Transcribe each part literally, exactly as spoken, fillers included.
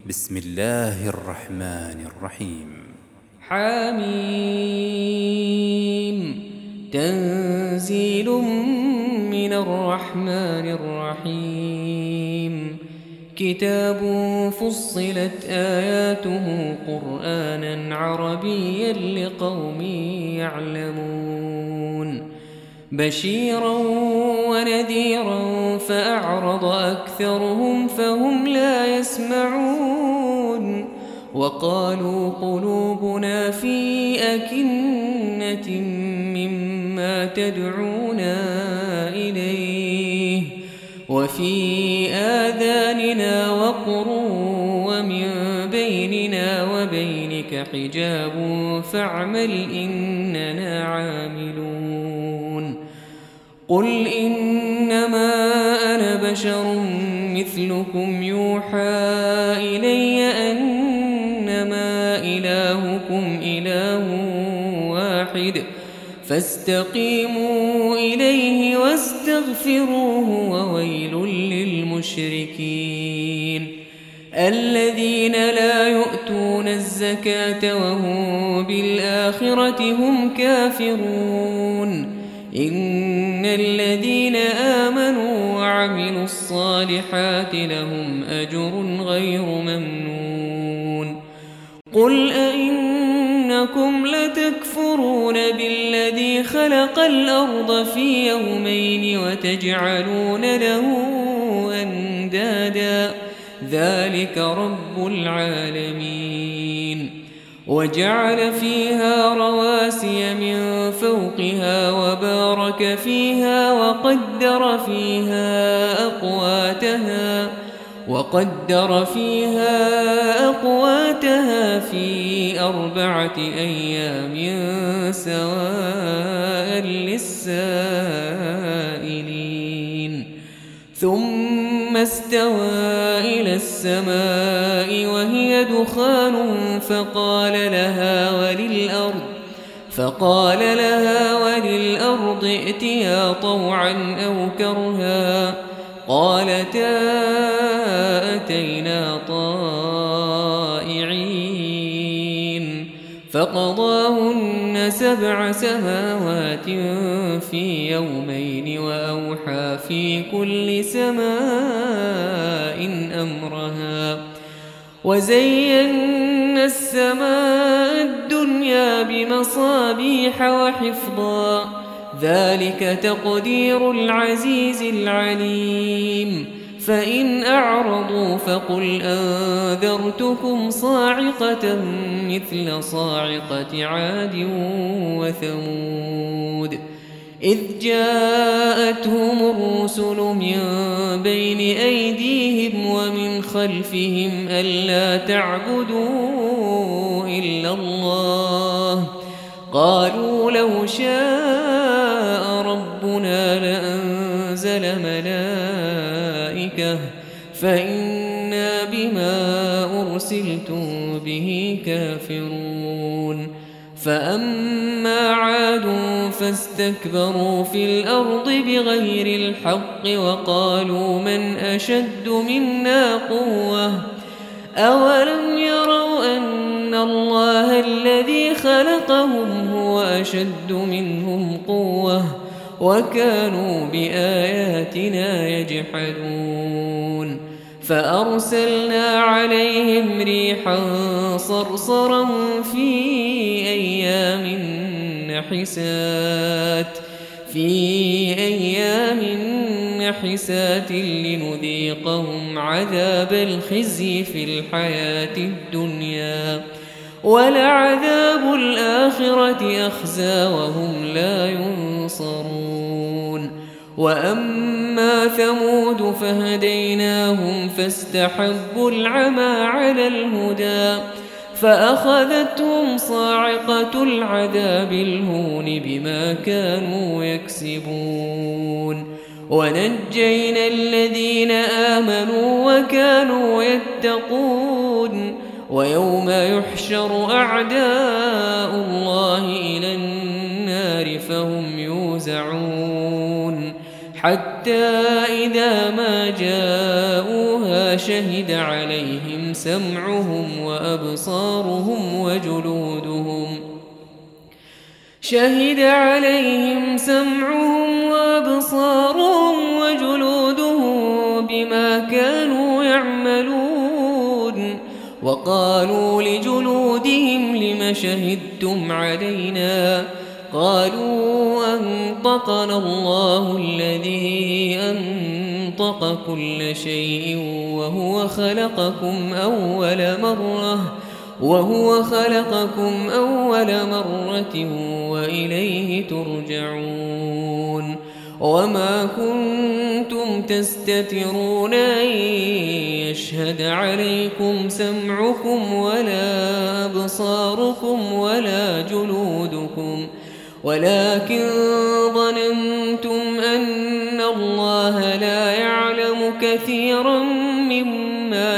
بسم الله الرحمن الرحيم. حميم تنزيل من الرحمن الرحيم. كتاب فصلت آياته قرآنا عربيا لقوم يعلمون بشيرا ونذيرا فأعرض أكثرهم فهم لا يسمعون وقالوا قلوبنا في أكنة مما تدعونا إليه وفي آذاننا وقر ومن بيننا وبينك حجاب فاعمل إننا عاملون. قل إنما أنا بشر مثلكم يوحى إلي أنما إلهكم إله واحد فاستقيموا إليه واستغفروه وويل للمشركين الذين لا يؤتون الزكاة وهم بالآخرة هم كافرون. إن الذين آمنوا وعملوا الصالحات لهم أجر غير ممنون. قل أئنكم لتكفرون بالذي خلق الأرض في يومين وتجعلون له أندادا ذلك رب العالمين. وجعل فيها رواسي من فوقها وبارك فيها وقدر فيها أقواتها وقدر فيها أقواتها في أربعة أيام سواء للسائلين. ثم استوى إلى السماء وهي دخان فقال لها وللأرض فقال لها وللأرض ائتيا طوعا أو كرها قالتا أتينا طائعين. فقضاهن سبع سماوات في يومين وأوحى في كل سماء أمرها وزينا السماء الدنيا بمصابيح وحفظا ذلك تقدير العزيز العليم. فإن أعرضوا فقل أنذرتكم صاعقة مثل صاعقة عاد وثمود إذ جاءتهم الرسل من بين أيديهم ومن خلفهم ألا تعبدوا إلا الله قالوا لو شاء ربنا لأنزل ملائكة فإنا بما أرسلتم به كافرون. فأما عاد فاستكبروا في الأرض بغير الحق وقالوا من أشد منا قوة أولم يروا أن الله الذي خلقهم هو أشد منهم قوة وكانوا بآياتنا يجحدون. فأرسلنا عليهم ريحا صرصرا في أيام نحسات في أيام نحسات لنذيقهم عذاب الخزي في الحياة الدنيا ولعذاب الآخرة أخزى وهم لا ينصرون. وأما ثمود فهديناهم فاستحبوا العمى على الهدى فأخذتهم صاعقة العذاب الهون بما كانوا يكسبون. ونجينا الذين آمنوا وكانوا يتقون. ويوم يحشر أعداء الله إلى النار فهم يوزعون حتى إذا ما جاءوها شهد عليهم سمعهم وأبصارهم وجلودهم شهد عليهم سمعهم وأبصارهم وجلودهم بما كانوا يعملون وقالوا لجلودهم لم شهدتم علينا قالوا أنطقنا الله الذي أنطق كل شيء وهو خلقكم أول مرة وهو خلقكم أول مرة وإليه ترجعون وما كنتم تستترون أن يشهد عليكم سمعكم ولا أبصاركم ولا جلودكم ولكن ظننتم أن الله لا يعلم كثيرا مما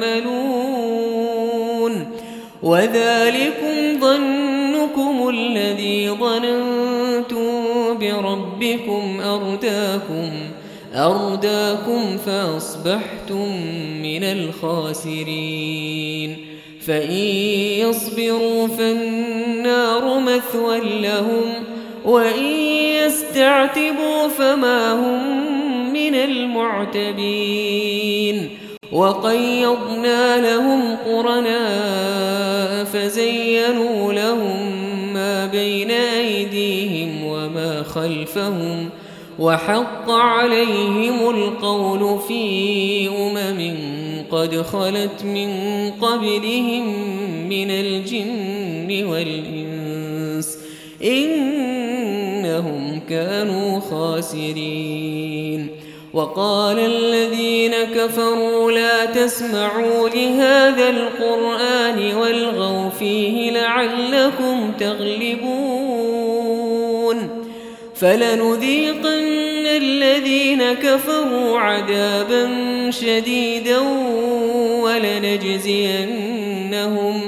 تعملون وذلكم ظنكم الذي ظننتم بربكم أرداكم أرداكم فأصبحتم من الخاسرين فإن يصبروا فالنار مثوى لهم وإن يستعتبوا فما هم من المعتبين وقيضنا لهم قرناء فزينوا لهم ما بين أيديهم وما خلفهم وحق عليهم القول في أمم قد خلت من قبلهم من الجن والإنس إنهم كانوا خاسرين وقال الذين كفروا لا تسمعوا لهذا القرآن والغوا فيه لعلكم تغلبون فلنذيقن الذين كفروا عذابا شديدا ولنجزينهم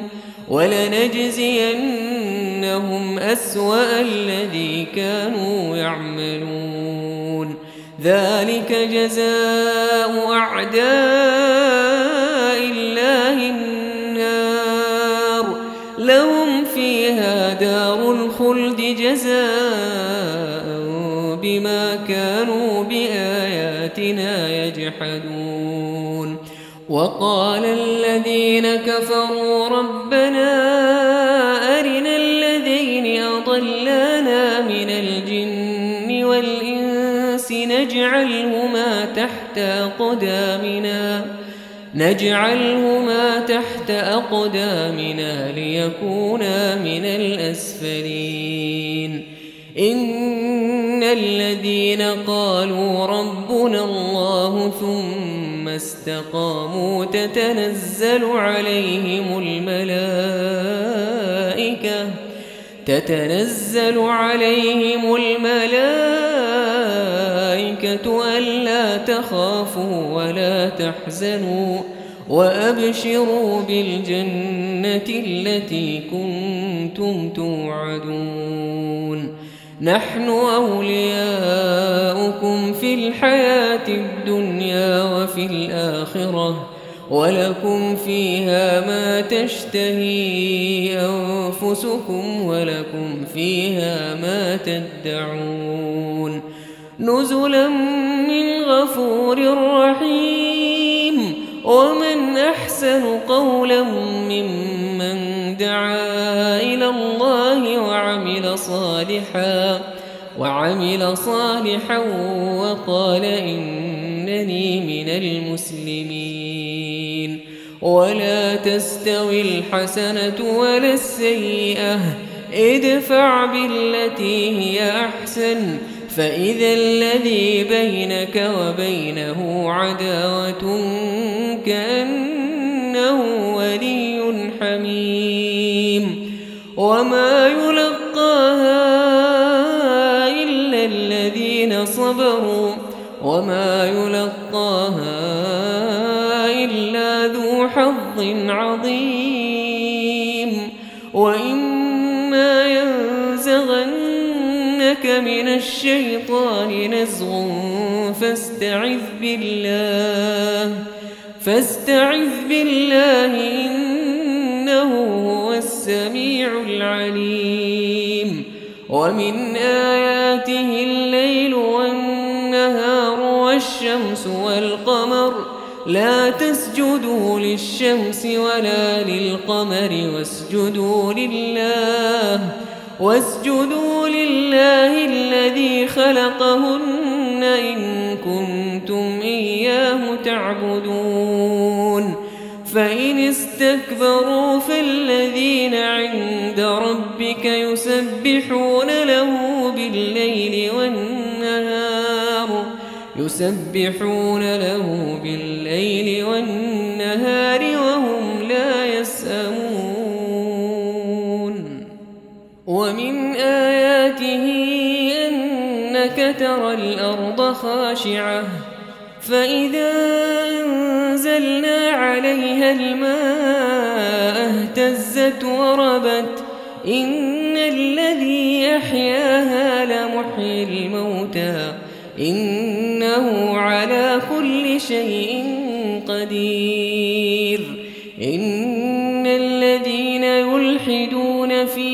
ولنجزينهم أسوأ الذي كانوا يعملون ذلك جزاء أعداء الله النار لهم فيها دار الخلد جزاء بما كانوا بآياتنا يجحدون وقال الذين كفروا ربنا أرنا الذين أضلانا من الجن والإنس نجعلهما تحت أقدامنا نجعلهما تحت أقدامنا ليكونا من الأسفلين إن الذين قالوا ربنا الله ثم استقاموا تتنزل عليهم الملائكة تتنزل عليهم الملائكة ألا تخافوا ولا تحزنوا وأبشروا بالجنة التي كنتم توعدون نحن أولياؤكم في الحياة الدنيا وفي الآخرة ولكم فيها ما تشتهي أنفسكم ولكم فيها ما تدعون نزلا من غفور رحيم ومن أحسن قولا ممن دعا إلى الله وعمل صالحا وعمل صالحا وقال إنني من المسلمين ولا تستوي الحسنة ولا السيئة ادفع بالتي هي أحسن فإذا الذي بينك وبينه عداوة كأنه ولي حميم وما يلقاها إلا الذين صبروا وما يلقاها إلا ذو حظ عظيم وإما ينزغنك من الشيطان نزغ فاستعذ بالله فاستعذ بالله إنه هو السميع العليم ومن آياته الليل والنهار والشمس والقمر لا تسجدوا للشمس ولا للقمر واسجدوا لله واسجدوا لله الذي خلقهن إن كنتم إياه تعبدون فإن استكبروا فالذين عند ربك يسبحون له بالليل والنهار يسبحون له بالليل والنهار وهم لا يسأمون ومن آياته أنك ترى الأرض خاشعة فإذا أنزلنا عليها الماء اهتزت وربت إن الذي أحياها لمحيي الموتى إنه على كل شيء قدير إن الذين يلحدون في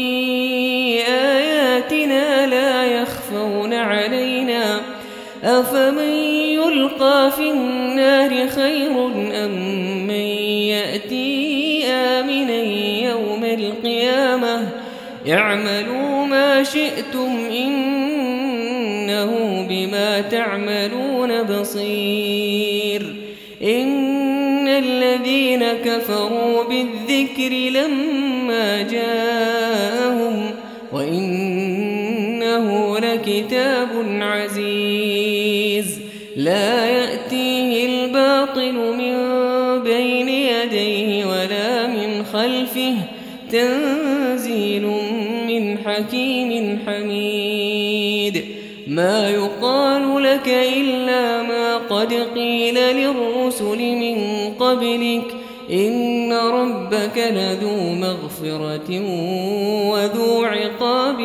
آياتنا لا يخفون علينا أفمن يلقى في النار خير أم من يأتي آمنا يوم القيامة اعملوا ما شئتم إنه بما تعملون بصير إن الذين كفروا بالذكر لما جاءهم وإنه لكتاب عزيز لا يأتيه الباطل من بين يديه ولا من خلفه تنزيل من حكيم حميد ما يقال لك إلا ما قد قيل للرسل من قبلك إن ربك لذو مغفرة وذو عقاب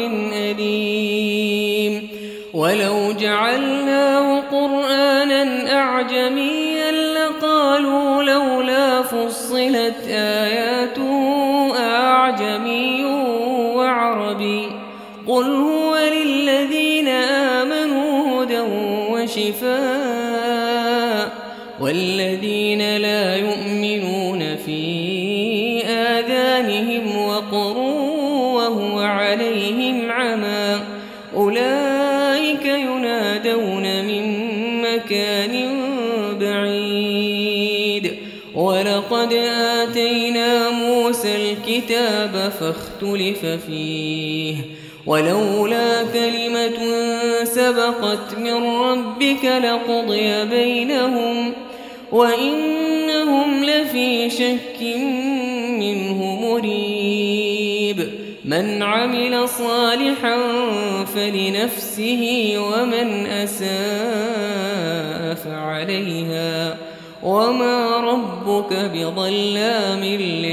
أليم ولو جعلناه قرآنا أعجميا لقالوا لولا فصلت آياته أعجمي وعربي قل هو للذين آمنوا هدى وشفاء والذين لا يؤمنون في آذانهم وقر وهو عليهم عمى أولئك ينادون من مكان بعيد ولقد آتينا موسى الكتاب فاختلف فيه ولولا كلمة سبقت من ربك لقضي بينهم وإنهم لفي شك منه مريب من عمل صالحا فلنفسه ومن أساء فعليها وما ربك بظلام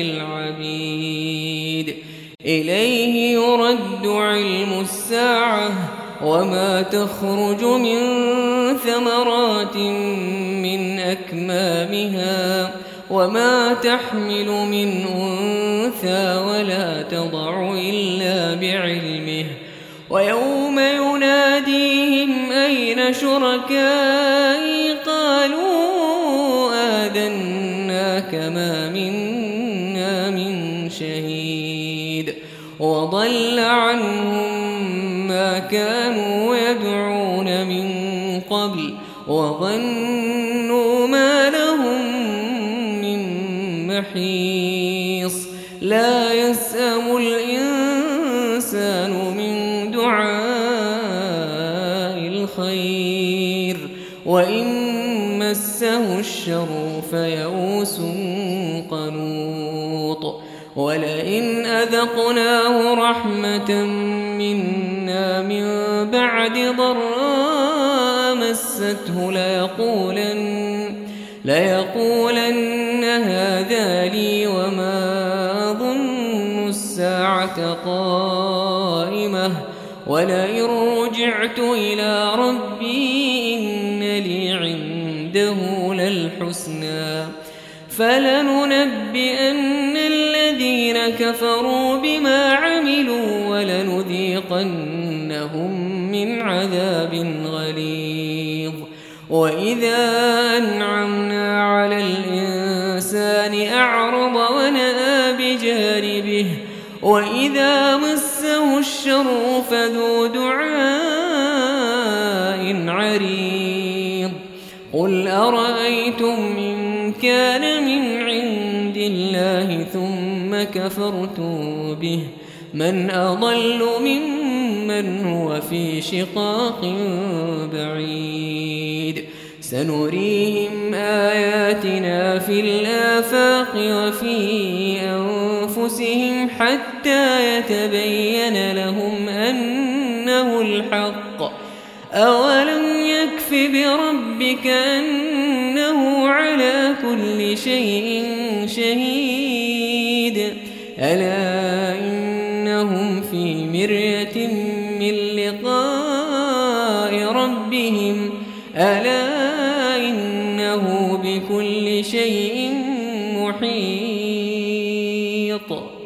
للعبيد إليه يرد علم الساعة وما تخرج من ثمرات من أكمامها وما تحمل من أنثى ولا تضع إلا بعلمه ويوم يناديهم أين شركائي قالوا آذناك ما منا من شهيد وضل عنهم ما كانوا يدعون من قبل وظنوا ما لهم من محيص لا يسأم الإنسان من دعاء الخير وإن مسه الشر فيئوس قنوط ولئن أذقناه رحمة منا من بعد ضراء مسته ليقولن, ليقولن هذا لي وما ظن الساعة قائمة ولئن رجعت إلى ربي إن لي عنده للحسنى فلننبئن الذين كفروا بما عملوا ولنذيقنهم من عذاب غليظ وإذا أنعمنا على الإنسان أعرض ونأى بجانبه وإذا مسه الشر فذو دعاء عريض قل أرأيتم إن كان من عند الله ثم كفرتم به من أضل ممن هو في شقاق بعيد سنريهم آياتنا في الآفاق وفي أنفسهم حتى يتبين لهم أنه الحق أولم يكف بربك أنه على كل شيء شهيد ألا إنهم في مرية من لقاء ربهم ألا إنه بكل شيء محيط